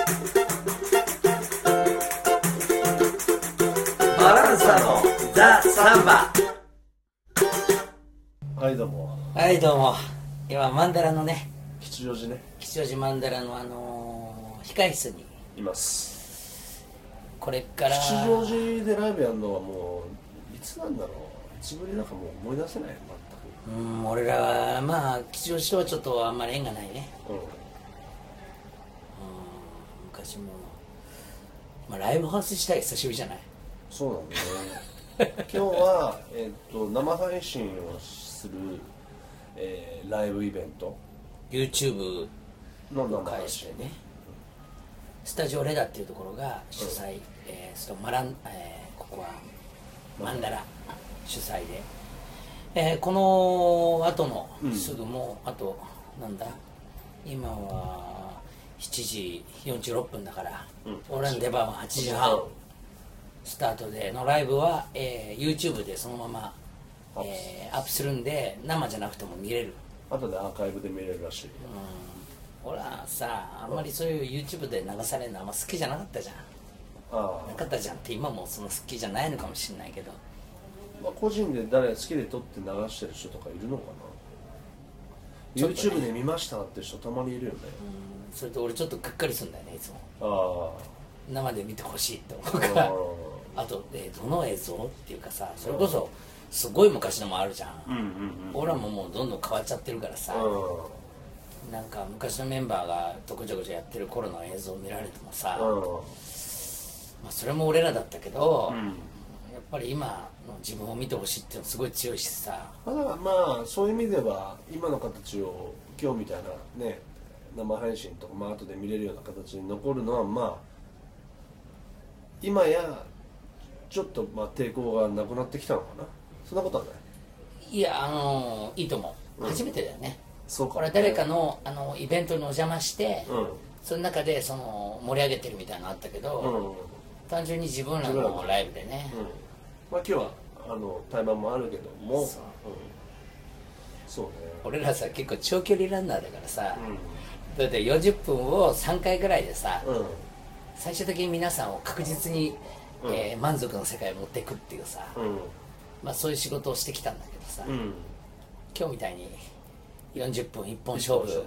バランサのザ・サンバ。 はいどうも。 はいどうも。今マンダラのね、 吉祥寺ね吉祥寺マンダラの控室にいます。 これから吉祥寺でライブやるのはもういつなんだろう。いつぶりだかもう思い出せない俺らはまあ吉祥寺とはちょっとあんまり縁がないね。 全く。 昔も、まあ、ライブハウス自体久しぶりじゃない。 そうなんだね。今日は生配信をする、ライブイベント YouTube のを生配信介してね、スタジオレダっていうところが主催、そのここはマンダラ主催で、この後のすぐもうあとなんだ今は7時46分だから、俺らの出番は8時半スタートでのライブは、YouTube でそのまま、アップするんで生じゃなくても見れる。 後でアーカイブで見れるらしい。 俺らさあんまりそういう YouTube で流されるのあんま好きじゃなかったじゃん。 あなかったじゃんって今もその好きじゃないのかもしれないけど、 まあ、個人で誰好きで撮って流してる人とかいるのかな。 ちょっとね YouTube で見ましたって人たまにいるよね。 それと俺ちょっとがっかりするんだよねいつも。 あ生で見てほしいって思うあからあと、どの映像っていうかさ、それこそすごい昔のもあるじゃん。俺らももうどんどん変わっちゃってるからさ、なんか昔のメンバーがとこちょこちょやってる頃の映像を見られてもさ、まあ、それも俺らだったけど、やっぱり今の自分を見てほしいっていうのすごい強いしさ。 だからまあそういう意味では今の形を今日みたいなね生配信とか、まあ後で見れるような形に残るのはまあ今やちょっとまあ抵抗がなくなってきたのかな。そんなことはない。 いやいいと思う、初めてだよね。 そうか。 これは誰かのイベントにお邪魔して、 うんその中でその盛り上げてるみたいなのあったけど、単純に自分らのライブでね、 まあ今日は対バンもあるけどもそうね。 俺らさ結構長距離ランナーだからさ、だって40分を3回ぐらいでさ、最終的に皆さんを確実に、満足の世界に持っていくっていうさ、まあそういう仕事をしてきたんだけどさ、今日みたいに40分一本勝負、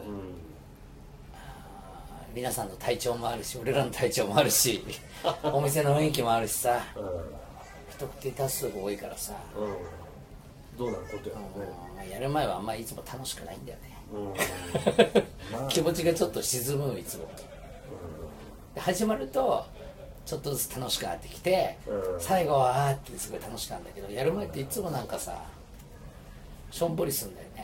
皆さんの体調もあるし俺らの体調もあるしお店の雰囲気もあるしさ、不特定多数が多いからさ、 どうなることやろね。 やる前はあんまりいつも楽しくないんだよね、気持ちがちょっと沈むいつも、で始まるとちょっとずつ楽しくなってきて、最後はあーってすごい楽しくなるんだけど、やる前っていつもなんかさしょんぼりすんだよね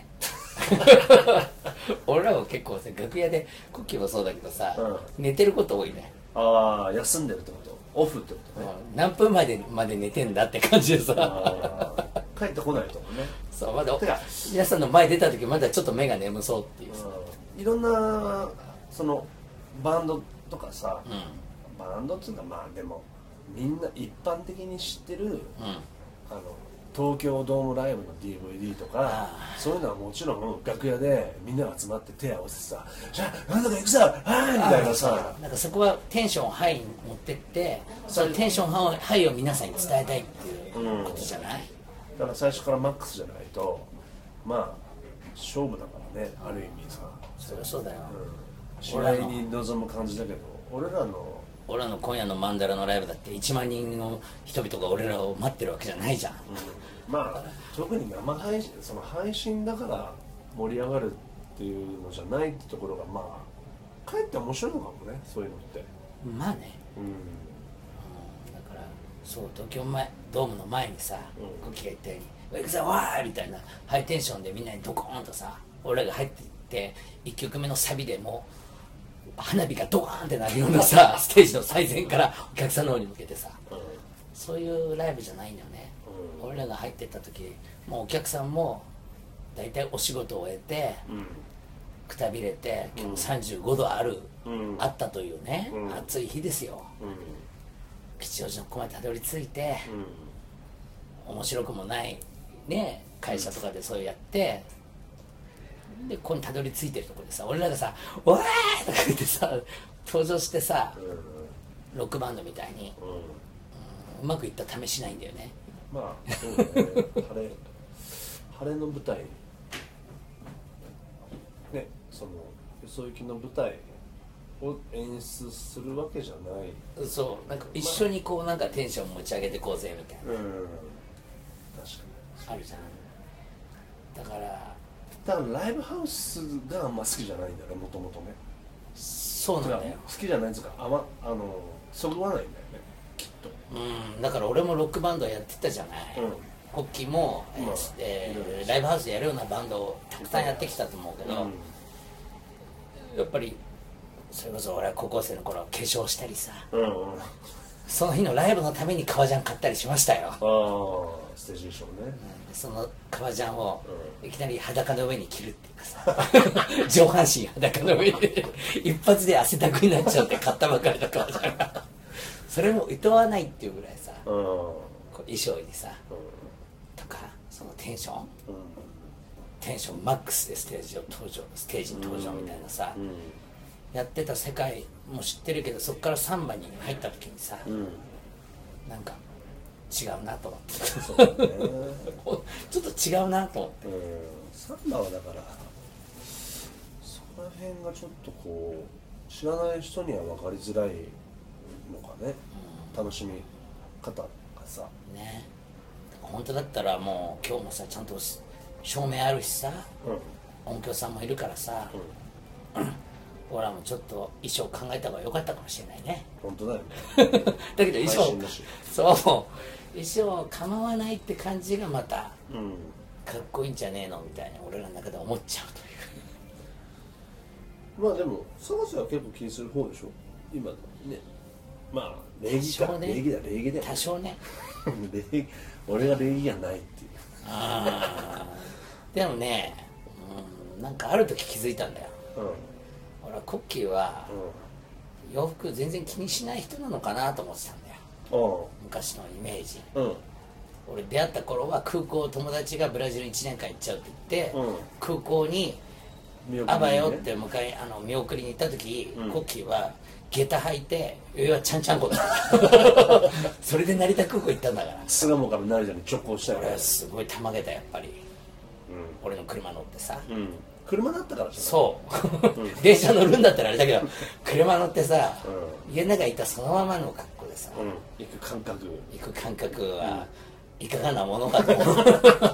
俺らも結構さ楽屋でクッキーもそうだけどさ、寝てること多いね。 ああ休んでるってこと、オフってことね。 何分まで寝てんだって感じでさ帰ってこないとかね。 そうまだ皆さんの前出た時まだちょっと目が眠そうっていうさ、 いろんなそのバンドとかさ、バンドっていうかまあでもみんな一般的に知ってる、東京ドームライブの DVD とかそういうのはもちろん楽屋でみんなが集まって手を合わせてさ「じゃあなんとか行くぞはい!」みたいなさ、 なんかそこはテンションハイに持ってってそのテンションハイを皆さんに伝えたいっていうことじゃない、 だから最初からマックスじゃないとまあ勝負だからね、ある意味さ。 そりゃそうだよ、 試合に臨む感じだけど俺らの今夜のマンダラのライブだって1万人の人々が俺らを待ってるわけじゃないじゃん、 まあ特に生配信、その配信だから盛り上がるっていうのじゃないってところがまあかえって面白いのかもね、そういうのって。 まあね、だからそう東京ドームの前にさ、クッキーが言ったように「行くぞわー!」みたいなハイテンションでみんなにドコーンとさ俺らが入っていって1曲目のサビでもう花火がドカーンってなるようなさステージの最前からお客さんの方に向けてさ、そういうライブじゃないんだよね、俺らが入ってった時もうお客さんも大体お仕事を終えて、くたびれて今日35度あったというね、暑い日ですよ、吉祥寺のここまでたどり着いて、面白くもないね会社とかでそうやってでここにたどり着いてるところでさ俺らがさ「わー!」とか言ってさ登場してさうんロックバンドみたいに、うまくいった試しないんだよね。 まあそうね晴れの舞台ね、そのよそ行きの舞台を演出するわけじゃない。 そうなんか一緒にこうなんかテンション持ち上げてこうぜみたいな、 確かあるじゃん。だからにライブハウスがあんま好きじゃないんだよね、もともとね。 そうなんだよ。 好きじゃないんですか、そぐわないんだよね、きっと。 だから俺もロックバンドやってたじゃない、コッキーも、ライブハウスでやるようなバンドをたくさんやってきたと思うけど、やっぱりそれこそ俺は高校生の頃化粧したりさ、その日のライブのために革ジャン買ったりしましたよ。 ステージ衣装ね、 その革ジャンをいきなり裸の上に着るっていうかさ上半身裸の上に一発で汗だくになっちゃって買ったばかりの革ジャンがそれも厭わないっていうぐらいさ、こう衣装にさ、とかそのテンションマックスでステージに登場みたいなさ、やってた世界も知ってるけど、そこからサンバに入った時にさ、なんか違うなと思ってそうだねちょっと違うなと思って、 サンバはだからそこら辺がちょっとこう知らない人には分かりづらいのかね、楽しみ方がさね。本当だったらもう今日もさちゃんと照明あるしさ、音響さんもいるからさ、俺らもちょっと衣装考えた方が良かったかもしれないね。 本当だよねだけど衣装配信だしそう衣装構わないって感じがまたかっこいいんじゃねえのみたいな俺らの中で思っちゃうというまあでも探せは結構気にする方でしょ今ね。まあ礼儀か、礼儀だ多少ね俺が礼儀がないっていう。 でもね、なんかある時気づいたんだよ。俺はコッキーは洋服全然気にしない人なのかなと思ってたんだよ、昔のイメージ。俺出会った頃は空港、友達がブラジル1年間行っちゃうって言って、空港にあばよって見送りに行った時、コッキーは下駄履いて上はちゃんちゃんこだそれで成田空港行ったんだから。 巣鴨から成田に直行したよね。 俺はすごいたまげたやっぱり、俺の車乗ってさ、 車だったからじゃん。 そう電車乗るんだったらあれだけど車乗ってさ、家の中にいたそのままの格好でさ、 行く感覚はいかがなものかと思う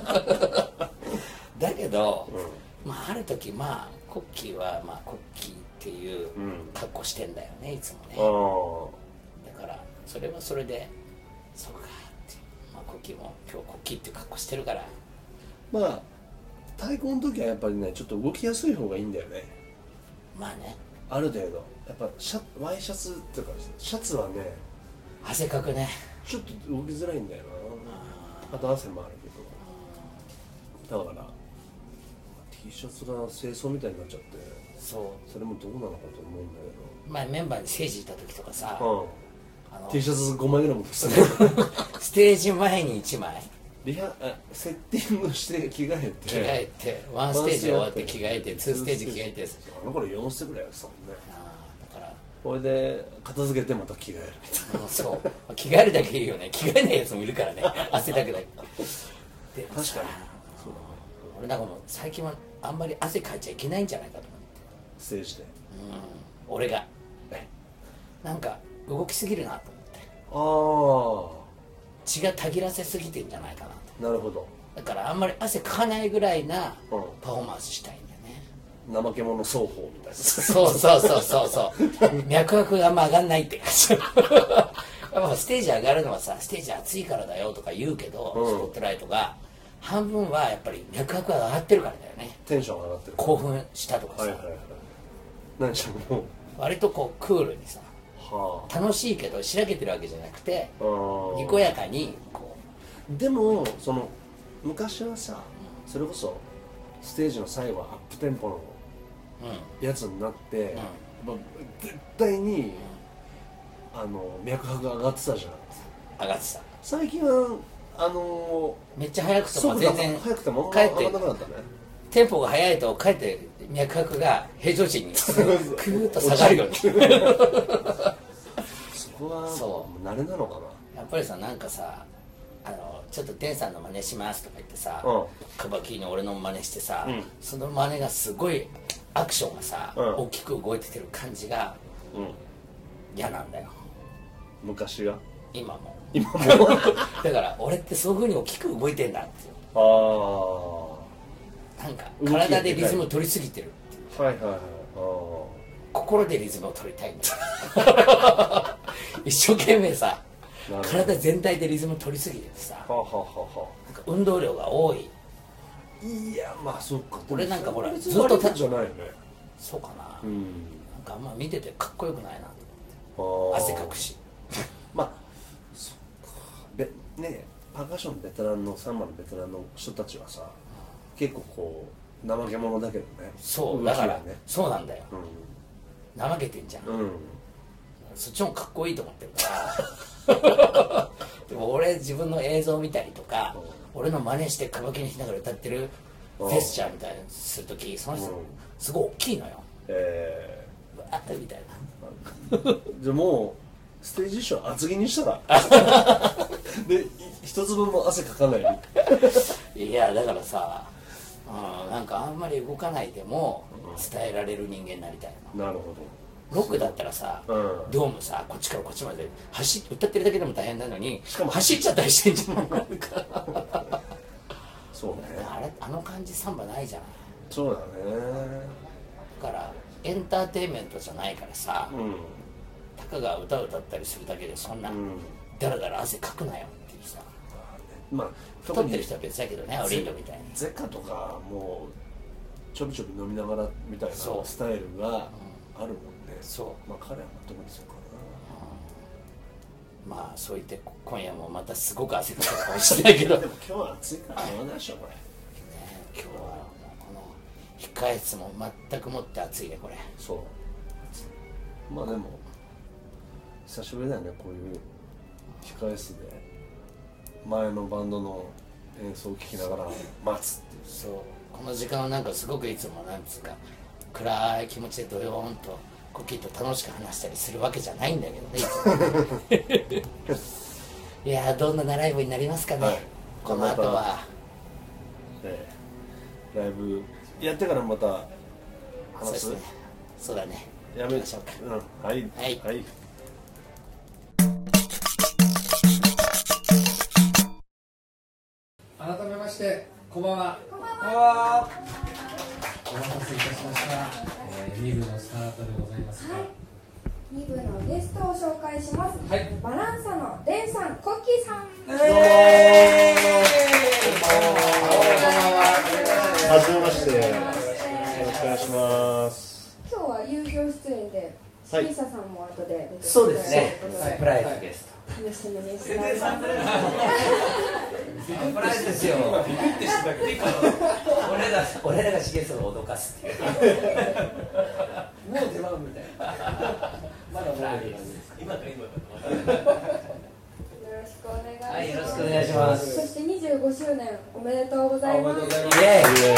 だけど、まあある時まあコッキーはまあコッキーっていう格好してんだよね、いつもね。だからそれはそれでそうかって、まあ、コッキーも今日コッキーっていう格好してるから、 まあ太鼓の時はやっぱりねちょっと動きやすい方がいいんだよね。 まあね、 ある程度やっぱワイシャツっていうかシャツはね汗かくね、 ちょっと動きづらいんだよな。あと汗もあるけど、だから T シャツが清掃みたいになっちゃって、それもどうなのかと思うんだけど、 前メンバーに政治いた時とかさ、 T シャツ5枚ぐらい持ってたねステージ前に1枚セッティングして着替えてワンステージ終わって着替えて、2ステージ着替えて、 あの頃4ステぐらいやってたもんね。 だからこれで片付けてまた着替えるみたいな。 そう着替えるだけいいよね。着替えないやつもいるからね汗だくだけで。 確かにそうだね。 俺なんかもう最近はあんまり汗かいちゃいけないんじゃないかと思って、 ステージで俺がなんか動きすぎるなと思って、血がたぎらせすぎてんじゃないかなと。 なるほど。 だからあんまり汗かかないぐらいなパフォーマンスしたいんだよね。 怠け者双方みたいな。 そう脈拍があんま上がんないって感じやっぱステージ上がるのはさ、ステージ暑いからだよとか言うけど、スポットライトが半分はやっぱり脈拍が上がってるからだよね。 テンション上がってる、 興奮したとかさ、 何しろもう割とこうクールにさ、楽しいけどしらけてるわけじゃなくてにこやかにこう。でもその昔はさ、それこそステージの最後はアップテンポのやつになって、絶対に脈拍が上がってたじゃん。 上がってた。 最近はめっちゃ速くても全然速くても帰って上がらなかったね。 テンポが速いとかえって脈拍が平常値にクーッと下がるよねそこは慣れなのかな。 やっぱりさ、なんかさ、ちょっとデンさんの真似しますとか言ってさ、 うんカバキリの俺の真似してさ、 うんその真似がすごいアクションがさ、 うん大きく動いてる感じがうん嫌なんだよ、 昔が今も。 今もだから俺ってそういう風に大きく動いてんだっていう、 ああなんか動きがでかい体でリズムを取りすぎてるっていう、 はいはいはい。 心でリズムを取りたいんだ一生懸命さ、 なるほど体全体でリズム取りすぎててさ、 はあはあはなんか運動量が多い。 あ。いやまあそっか。 俺なんかほらずずっとじゃないよね。 そうかな、 うん。 なんかあんま見ててかっこよくないなと思って、汗かくし。 まあそっか。ねパーカッションのベテランのサンバのベテランの人たちはさ、結構こう怠け者だけどね。 そうだから、 動きがね。 そうなんだよ、 う怠けてんじゃん、 ん。うん。 そっちもかっこいいと思ってるからでも俺自分の映像を見たりとか、俺の真似してカバキリしながら歌ってるジェスチャーみたいなのするとき、その人すごい大きいのよ、わーみたいな。 じゃあもうステージ衣装厚着にしたらで一粒も汗かかないようにいやだからさ、なんかあんまり動かないでも伝えられる人間になりたいの。 なるほロックだったらさ、 うんドームさ、こっちからこっちまで歌ってるだけでも大変なのに、 しかも走っちゃったりしてんじゃんなんかど。そうね。 あの感じサンバないじゃん。 そうだね。 だからエンターテインメントじゃないからさ、 うんたかが歌を歌ったりするだけでそんな、 うんだらだら汗かくなよっていうさ、 まあ太ってる人は別だけどね、オリンドみたいに。 ゼカとかもうちょびちょび飲みながらみたいなそうスタイルがあるもんね。 そうまあ彼は特にそうかまあそう言って今夜もまたすごく汗かくかもしれないけどな。でも今日は暑いからしょうがないでしょこれ。 今日はもうこの控え室も全くもって暑いねこれ。 そうまあでも久しぶりだよね、こういう控え室で前のバンドの演奏を聴きながら待つっていう。 そうこの時間はなんかすごくいつもなんですか、暗い気持ちでドヨーンとコキッと楽しく話したりするわけじゃないんだけどねいつもいやーどんなライブになりますかね、 はいこの後は。 ライブやってからまた話す。 そうですね、そうだね、 やめ行きましょうか。 うん、はいはいはい。 改めましてこんばんは。こんばんは。お待たせいたしました。2部のスタートでございますが、 2部のゲストを紹介します、 はいバランサのデンさん、コッキーさん。 はじめまして。よろしくお願いします。 今日は友情出演で、 はいシーサさんも後で出てくれるそうですね、 ということでサプライズゲスト。 楽しみにしております。 サプライズですよ。俺らがしげさんを脅かすっていう。 もう出番みたいな。まだもう今か今か。 よろしくお願いします。 はい、よろしくお願いします。 そして25周年おめでとうございます。 おめでとうございイエーイ。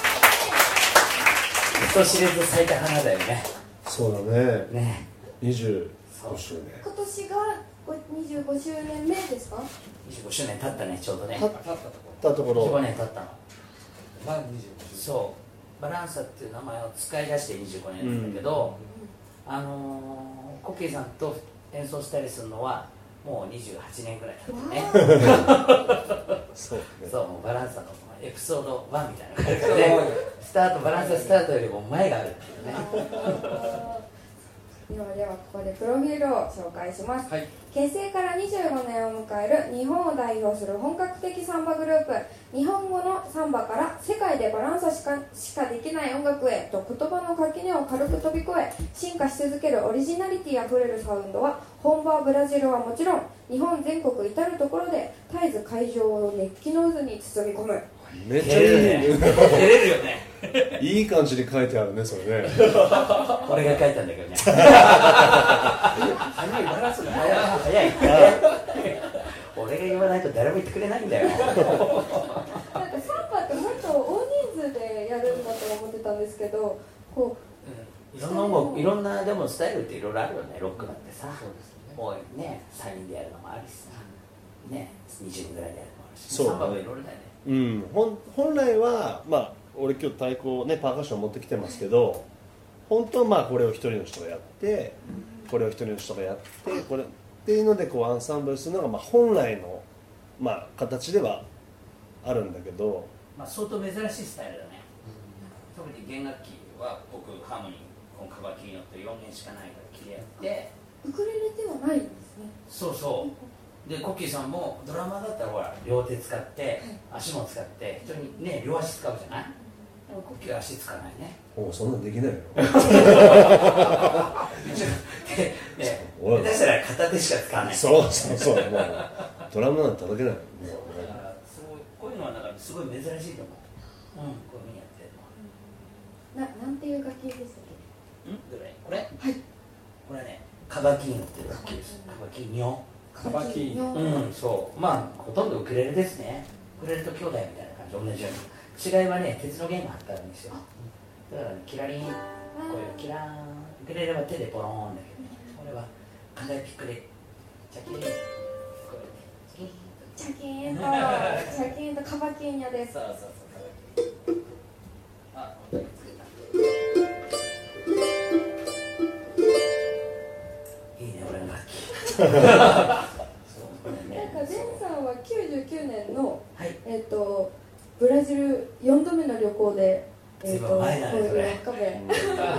人知れず咲いた花だよね。 そうだね。 ね。 25周年。 今年が25周年目ですか？ 25周年経ったね、ちょうどね。 立ったとこたとこ去ろ。 年経ったの。 ろ。まあ25周そう。バランサっていう名前を使い出して25年なんだけど、コッキーさんと演奏したりするのはもう28年ぐらい経ってね。 そうね。 そう、もうバランサのエピソード1みたいな感じで、バランサスタートよりも前があるっていうね。 ではここでプロフィールを紹介します、 はい。 結成から25年を迎える日本を代表する本格的サンバグループ。日本語のサンバから世界でバランサしかできない音楽へと言葉の垣根を軽く飛び越え進化し続けるオリジナリティあふれるサウンドは本場ブラジルはもちろん日本全国至る所で絶えず会場を熱気の渦に包み込む。 めっちゃいいね。 照れるよね。 いい感じに書いてあるね、それね。 俺が書いたんだけどね。 早いバランスが早い。 早い。俺が言わないと誰も言ってくれないんだよ。 なんかサンバってもっと大人数でやるいろんなでもスタイルっていろいろあるよね。ロックだってさ、 そうですね。 もうね3人でやるのもあるしさ、ね20人ぐらいでやるのもあるし、 そうねサンバもいろいろだよね。 本来はまあ俺今日太鼓ねパーカッション持ってきてますけど、本当はまあこれを一人の人がやって、これを一人の人がやってこれっていうのでこうアンサンブルするのがまあ本来のまあ形ではあるんだけど、 まあ相当珍しいスタイルだね。特に弦楽器は僕ハーモニーこのカバキリノって4弦しかないから切り合って、 ウクレレではないんですね。 そうそうでコッキーさんもドラマーだったらほら両手使って足も使って人にね両足使うじゃない。でもコッキーは足使わないね。 おそんなんできないよね下手したら片手しか使わない。 そうもうドラムなんて叩けないもうだからすごいこういうのはだからすごい珍しいと思う。こういうふうにやってるのは。 なんていう楽器でしたっどれこれ？ はい。 これねカバキーノっていう楽器です。カバキーニョ。 カバキーうん、そうまあほとんどウクレレですね。ウクレレと兄弟みたいな感じ、同じように。違いはね鉄の弦が張ってあるんですよ。だから、ね、キラリンこういうキラーン、ウクレレは手でポローンだけどね、これは硬いピックでチャキーン、こうやってチャキーンとチャキーンとカバキーニョです。 そうあ、本当に作ったいいね、俺の楽器なんかゼンさんは99年の、 はい、 ブラジル4度目の旅行で前だねそれカフェ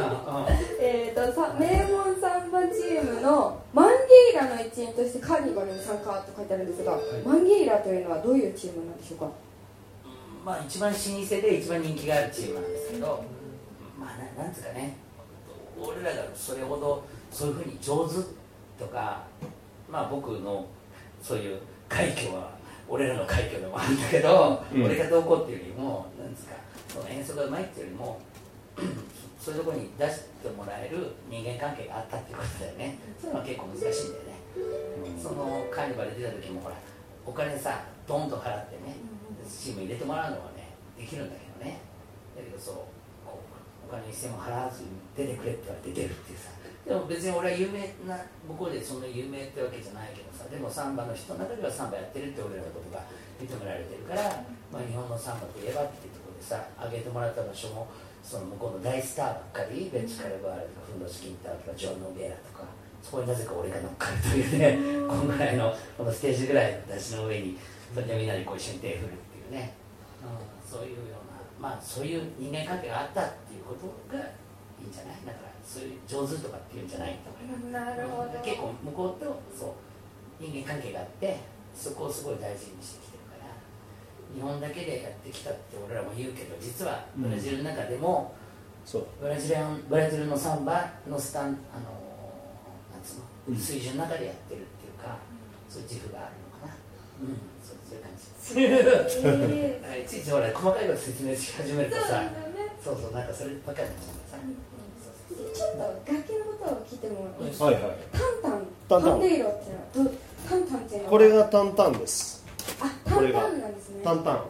名門サンバチームのマンゲイラの一員としてカーニバルに参加と書いてあるんですが、マンゲイラというのはどういうチームなんでしょうか。 まあ一番老舗で一番人気があるチームなんですけど、まあなんつうかね、俺らがそれほどそういうふうに上手とか、まあ僕のそういう快挙は俺らの快挙でもあるんだけど、俺がどうこうっていうよりもなんですか、その演奏がうまいっていうよりもそういうところに出してもらえる人間関係があったっていうことだよね。そういうのは結構難しいんだよね。そのカーニバル出た時もほらお金さドンと払ってね、チーム入れてもらうのはねできるんだけどね、だけどそうこうお金一銭も払わずに出てくれって言われて出るっていうさ。でも別に俺は有名な向こうでそんな有名ってわけじゃないけどさ、でもサンバの人の中ではサンバやってるって俺らのことが認められてるから、まあ、日本のサンバといえばっていうところでさ挙げてもらった場所もその向こうの大スターばっかり、ベッチ・カルバールとかフンドス・キンターとかジョン・ノゲーラとか、そこになぜか俺が乗っかるというねこのぐらいのこのステージぐらいの出しの上にそれでみんなでこう一緒に手を振るっていうね、そういうような、まあそういう人間関係があったっていうことがいいんじゃない。だからそういう上手とかっていうんじゃないと思います。 なるほど。 結構向こうとそう人間関係があってそこをすごい大事にしてきてるから、日本だけでやってきたって俺らも言うけど、実はブラジルの中でも、ブラジルのサンバのスタンなんつうの、水準の中でやってるっていうか、そういう自負があるのかな。そういう感じ。いちいちほら細かいこと説明し始めるとさ、そうなんかそればっかりになっちゃうからさ。 ちょっと楽器のことを聞いてもいいですか。 はいはい。 タンデイロっていうのはタンタンっていうのはこれがタンタンです。 あ、タンタンなんですね。 タンタン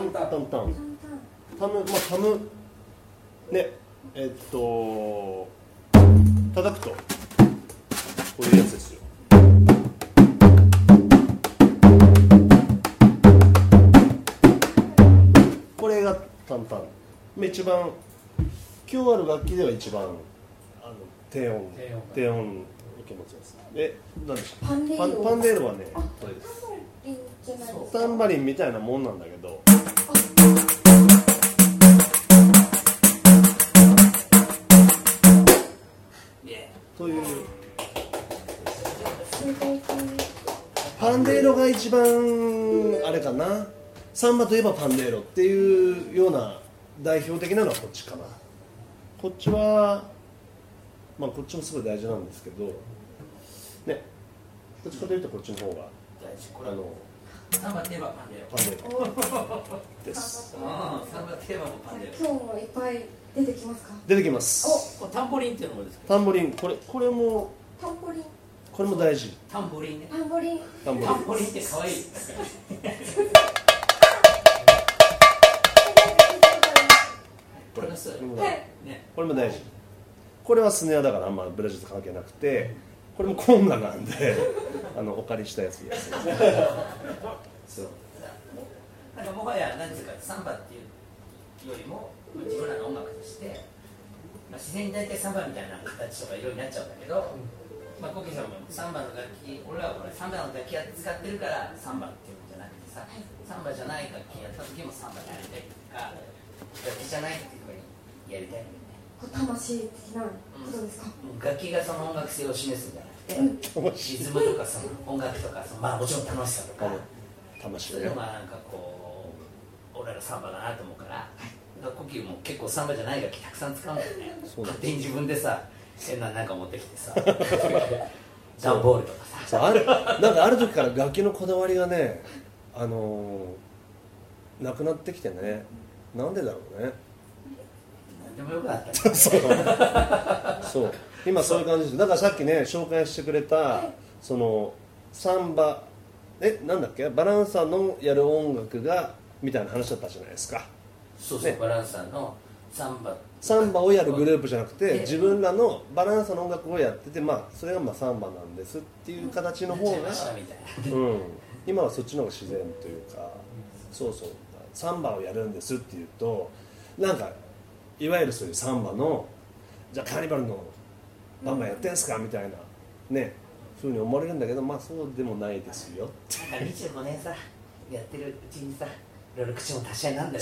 タムね、叩くとこういうやつですよ。これがタンタン。一番今日ある楽器では一番低音受け持ちです。で、何でしょう。パンデーロはね、これです。タンバリンみたいなもんなんだけど。というパンデーロが一番あれかな。サンバといえばパンデーロっていうような代表的なのはこっちかな。こっちはまあこっちもすごい大事なんですけどね、どっちかというとこっちの方がサンバといえばパンデーロです。 サンバといえばパンデーロ。 今日もいっぱい出てきますか。 出てきます。 タンボリンっていうのもですか。 タンボリン、これもタンポリン。 これも大事。 タンボリンね。 タンボリンって可愛い。 これも大事。 これはスネアだからあんまブラジルと関係なくて、これもコンガなんでお借りしたやつですそうなんかもはや何ていうかサンバっていうよりも自分らの音楽として、自然に大体サンバみたいな形とか色になっちゃうんだけど、コキさんもサンバの楽器、俺らはこれサンバの楽器使ってるからサンバっていうんじゃなくてさ、サンバじゃない楽器やった時もサンバやりたいとか、楽器じゃないっていうふうにやりたいんだよね。 魂的なことですか？ 楽器がその音楽性を示すんじゃなくて、リズムとかその音楽とかもちろん楽しさとか、そういうのがなんかこう俺らサンバだなと思うから、コキも結構サンバじゃない楽器たくさん使うんだよね。勝手に自分でさ変ななんか持ってきてさ段ボールとかさ、 なんかある時から楽器のこだわりがねなくなってきてね、なんでだろうね。 でもよくなったねそう今そういう感じです。だからさっきね紹介してくれたそのサンバなんだっけ、バランサのやる音楽がみたいな話だったじゃないですか。 そうそう、ね、バランサのサンバをやるグループじゃなくて、自分らのバランサの音楽をやってて、それがサンバなんですっていう形の方が、今はそっちの方が自然というか、そうサンバをやるんですっていうとなんかいわゆるそういうサンバのじゃあカーニバルのバンバンやってんすかみたいなねふうに思われるんだけど、そうでもないですよって。 25年さやってるうちにさ、いろいろ口も達者になんだよ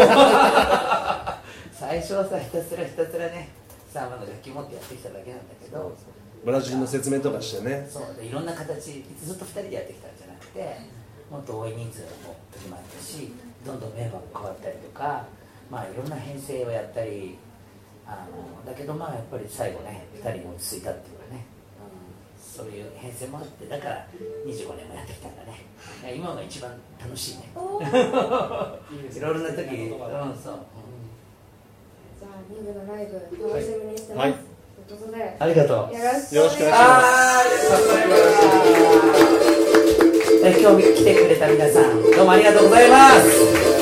最初はさひたすらねサンバの楽器持ってやってきただけなんだけど、 ブラジルの説明とかしてね、 そうでいろんな形ずっと2人でやってきたんじゃなくて、もっと多い人数の時もあったし、どんどんメンバーも変わったりとか、いろんな編成をやったりだけどやっぱり最後ね2人に落ち着いたっていうかね、そういう編成もあって、だから25年もやってきたんだね。今が一番楽しいねいろいろな時、そう、 じゃあリングのライブ楽しみにしてます、 はい、 ということでありがとう、 よろしくお願いしよろしくお願いします。今日来てくれた皆さんどうもありがとうございます。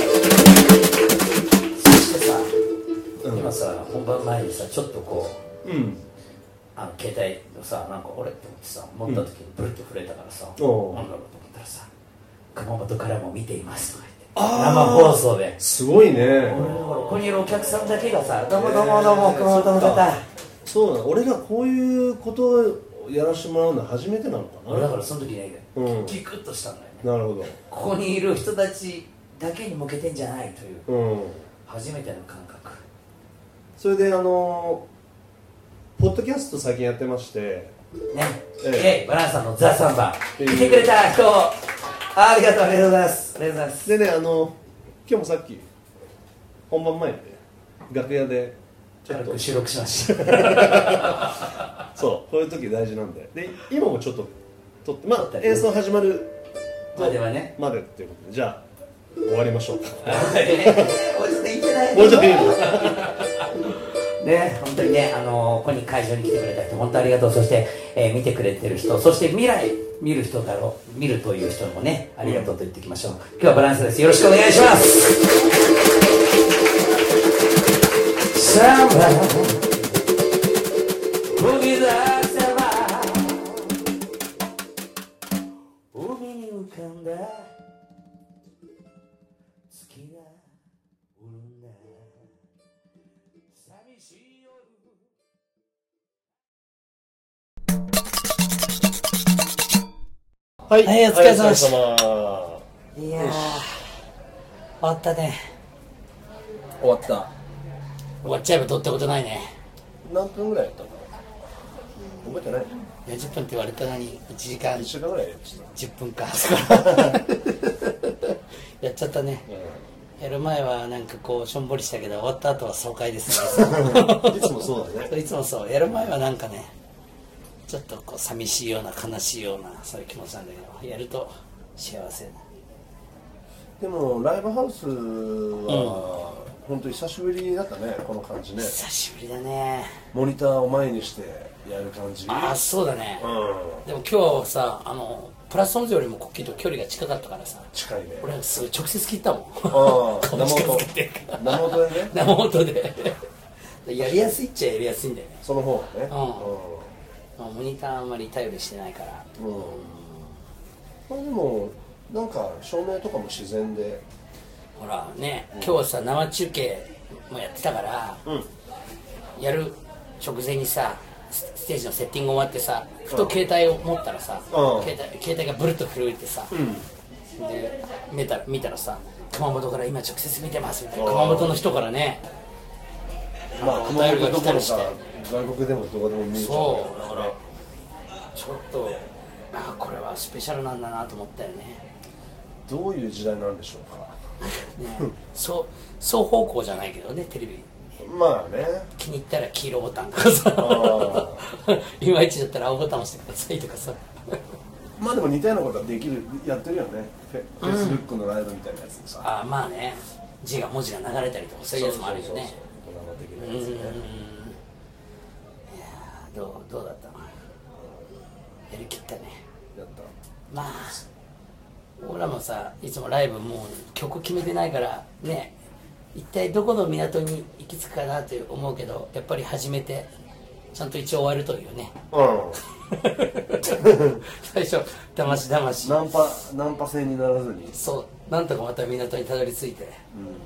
そしてさ、今さ本番前にさちょっとこう、携帯のさなんか俺って思ってさ持った時にブルッと震えたからさ、なんだろうと思ったらさ、熊本からも見ていますとか言って生放送で、 すごいね。 ここにいるお客さんだけがさ、どうも熊本の方、 そうだ、俺がこういうことをやらせてもらうのは初めてなのかな。 俺だからその時ね、ギクッとしたんだよね。 なるほど。 ここにいる人たちだけに向けてんじゃないという、初めての感覚。それでポッドキャスト最近やってましてね、バランさんのザ・サンバ来てくれた人、ありがとうございます。でね、今日もさっき本番前に楽屋でちょっと収録しましたそう、こういう時大事なんで、今もちょっと撮って演奏始まるまではねまでっていうことで、じゃあ終わりましょうかもうちょっと言ってないもうちょっといいのね、本当にね、ここに会場に来てくれた人本当ありがとう。そして、見てくれてる人、そして未来見る人だろう、見るという人もねありがとうと言っておきましょう。今日はバランスです。よろしくお願いします。サンバ吹き出せば海に浮かんだ月が潤んだ寂しい夜。 はい、 お疲れ様でした。 いやー、終わったね。 終わった。 終わっちゃえば撮ったことないね。 何分ぐらいやったの覚えてない。 40分って言われたのに1時間 1時間ぐらいやってた。 10分かやっちゃったね、やる前はなんかこうしょんぼりしたけど終わった後は爽快ですねいつもそうだね。 いつもそう。やる前はなんかねちょっとこう寂しいような悲しいようなそういう気持ちなんだけど、やると幸せな。 でもライブハウスは、本当に久しぶりだったね、この感じね。 久しぶりだね。 モニターを前にしてやる感じ。 ああ、そうだね、でも今日さプラスオンズよりもコッキーと距離が近かったからさ、 近いね。 俺はすごい直接聞いたもん。 生音でね。 生音でやりやすいっちゃやりやすいんだよね。 その方がね。 モニターあんまり頼りしてないから。 まあでもなんか照明とかも自然で。 ほらね、今日さ生中継もやってたから、やる直前にさステージのセッティング終わってさ、ふと携帯を持ったらさ、携帯がブルッと震えてさ、で見たらさ、熊本から今直接見てますみたいな、熊本の人からね、 まあ熊本どころか外国でもどこでも見えちゃう。 そうだからちょっとこれはスペシャルなんだなと思ったよね。 どういう時代なんでしょうか。 ね、双方向じゃないけどね、テレビまあね、 気に入ったら黄色ボタンとかさいまいちだったら青ボタン押してくださいとかさまあでも似たようなことはできる、やってるよね。フェイスブックのライブみたいなやつでさ、 まあね、文字が流れたりとかそういうやつもあるよね。いやどうだったの。やりきったね。 やった。 まあ俺らもさ、いつもライブもう曲決めてないからね、一体どこの港に行き着くかなって思うけど、やっぱり始めてちゃんと一応終わるというね。最初だましナンパ制にならずに、 そうなんとかまた港にたどり着いて、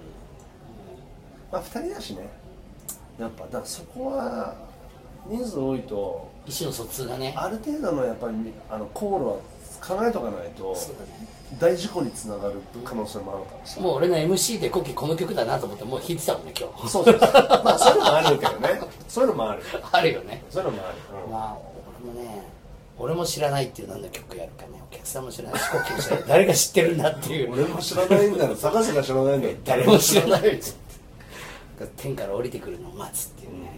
まあ2人だしね、やっぱだからそこは人数多いと意思の疎通がね、 ある程度のやっぱり航路は考えとかないと大事故につながる可能性もあるからさ。 もう俺の MC でコキこの曲だなと思ってもう弾いてたもんね今日。 そうまあそういうのもあるけどね、そういうのもあるあるよね。 そういうのもある。 まあ俺も知らないっていう何の曲やるかね、お客さんも知らないしコキも知らない、誰が知ってるんだっていう。 俺も知らないんだろ、探せが知らないんだろ、 誰も知らないっつって、天から降りてくるのを待つっていうね。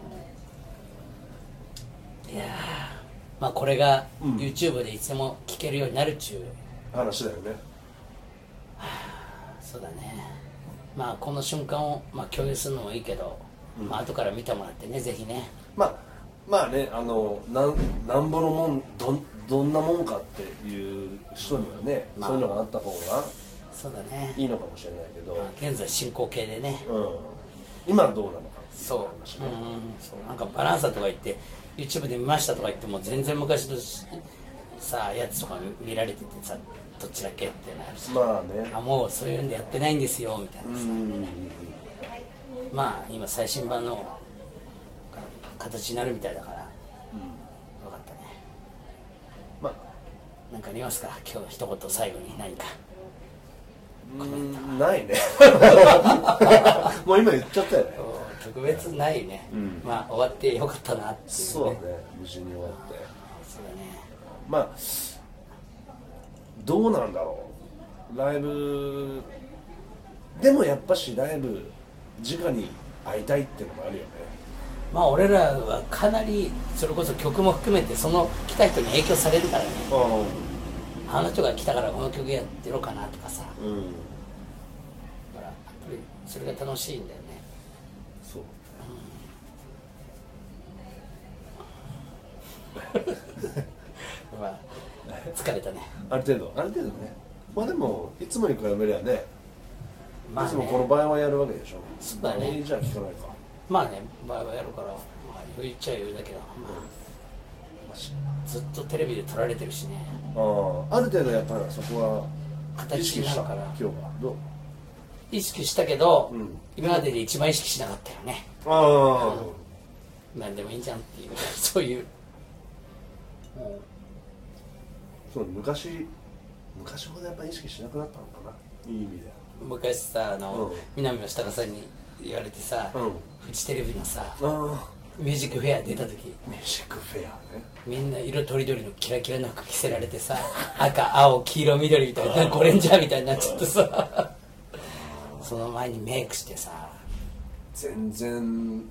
いやまあこれが YouTube でいつでも聴けるようになるっちゅう話だよね。 そうだね。まあこの瞬間を共有するのもいいけど、後から見てもらってね、ぜひね。 まあね、なんぼのもん、どんなもんかっていう人にはね、そういうのがあった方がそうだね、 いいのかもしれないけど、 現在進行形でね、 今どうなのかっていうそうなんかバランサーとか言って YouTube で見ましたとか言っても全然昔のさやつとか見られててさ、どっちだけってなるし、 まあね、 もうそういうんでやってないんですよみたいなさ、まあ今最新版の形になるみたいだから、よかったね。まあなんかありますか、今日一言最後に何か。 ないねもう今言っちゃったよね。 特別ないね、まあ終わってよかったなっていうね。 そうだね、無事に終わって。 そうだね。 まあどうなんだろう、ライブでもやっぱしライブ直に会いたいっていうのもあるよね。 まあ俺らはかなりそれこそ曲も含めてその来た人に影響されるからね。あの人が来たからこの曲やってろうかなとかさ、だからやっぱりそれが楽しいんだよね。 そう、 まあ疲れたね、 ある程度ね。まあでもいつもに比べりゃね、 まあね、 いつもこの場合はやるわけでしょ。 そうだね。 じゃあ聞かないか。 まあね、場合はやるから、言っちゃ言うだけど、ずっとテレビで撮られてるしね。 ある程度やっぱりそこは形になるから。 今日はどう？ 意識したけど、今までで一番意識しなかったよね。何でもいいじゃんっていうそういう。 そう、昔ほどやっぱり意識しなくなったのかな、いい意味で。 昔さ、南の下さんに言われてさ、フジテレビのさ、ミュージックフェア出た時、 ミュージックフェアね、 みんな色とりどりのキラキラな服着せられてさ、赤青黄色緑みたいなゴレンジャーみたいになっちゃってさその前にメイクしてさ、 全然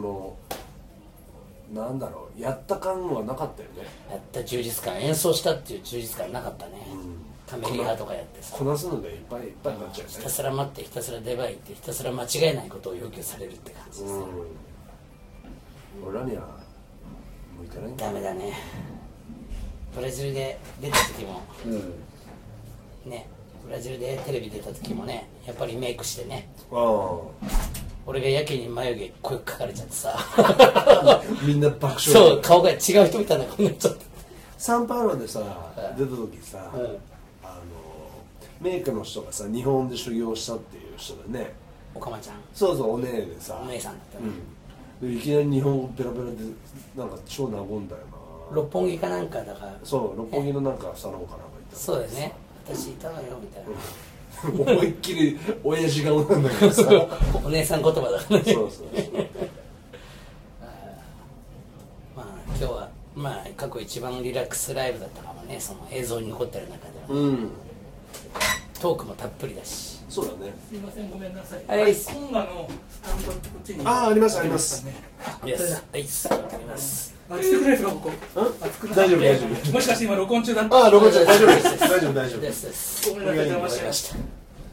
なんだろう、やった感はなかったよね。 やった充実感、演奏したっていう充実感なかったね。カメリハとかやってさ、 こなすのでいっぱいいっぱいになっちゃうよね。 ひたすら待って、ひたすら出番行って、ひたすら間違えないことを要求されるって感じです。 俺らには向いてないんだ。 ダメだね。ブラジルで出た時も、ね、ブラジルでテレビ出た時もね、やっぱりメイクしてね、 俺がやけに眉毛声かかれちゃってさみんな爆笑。 そう顔が違う人みたいな顔になっちゃって。 サンパウロでさ出た時さ、メイクの人がさ日本で修行したっていう人でね。 おかまちゃん。 そうそう、お姉でさ、 お姉さんだったね、 でいきなり日本語ペラペラでなんか超和んだよな。 六本木かなんかだから。 そう六本木のなんかサロンかなんか行った。 そうだよね、私いたのよみたいな思いっきり親父顔なんだけどさお姉さん言葉だからね。 そうそうそうまあ今日はまあ過去一番リラックスライブだったかもね、その映像に残ってる中では、トークもたっぷりだし。 そうだね。 すいません、ごめんなさい。 はい、 コンガのスタンドってこっちに。 ありますあります。 はい、あります。 あ、来てくれですか、ここ。 大丈夫大丈夫。 もしかして今録音中だった。 録音中、大丈夫です。大丈夫大丈夫です。 ごめんなさい、邪魔しました。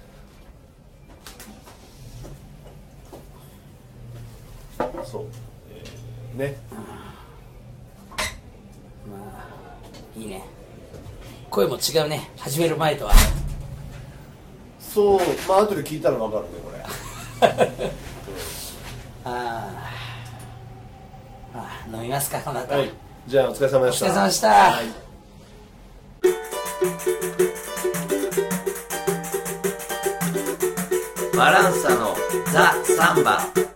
そうね。 まあいいね、声も違うね、始める前とは。 そう、まあ後で聞いたら分かるねこれあ飲みますか、この後。 はい、じゃあお疲れ様でした。 お疲れ様でした、はい。バランサのザ・サンバ。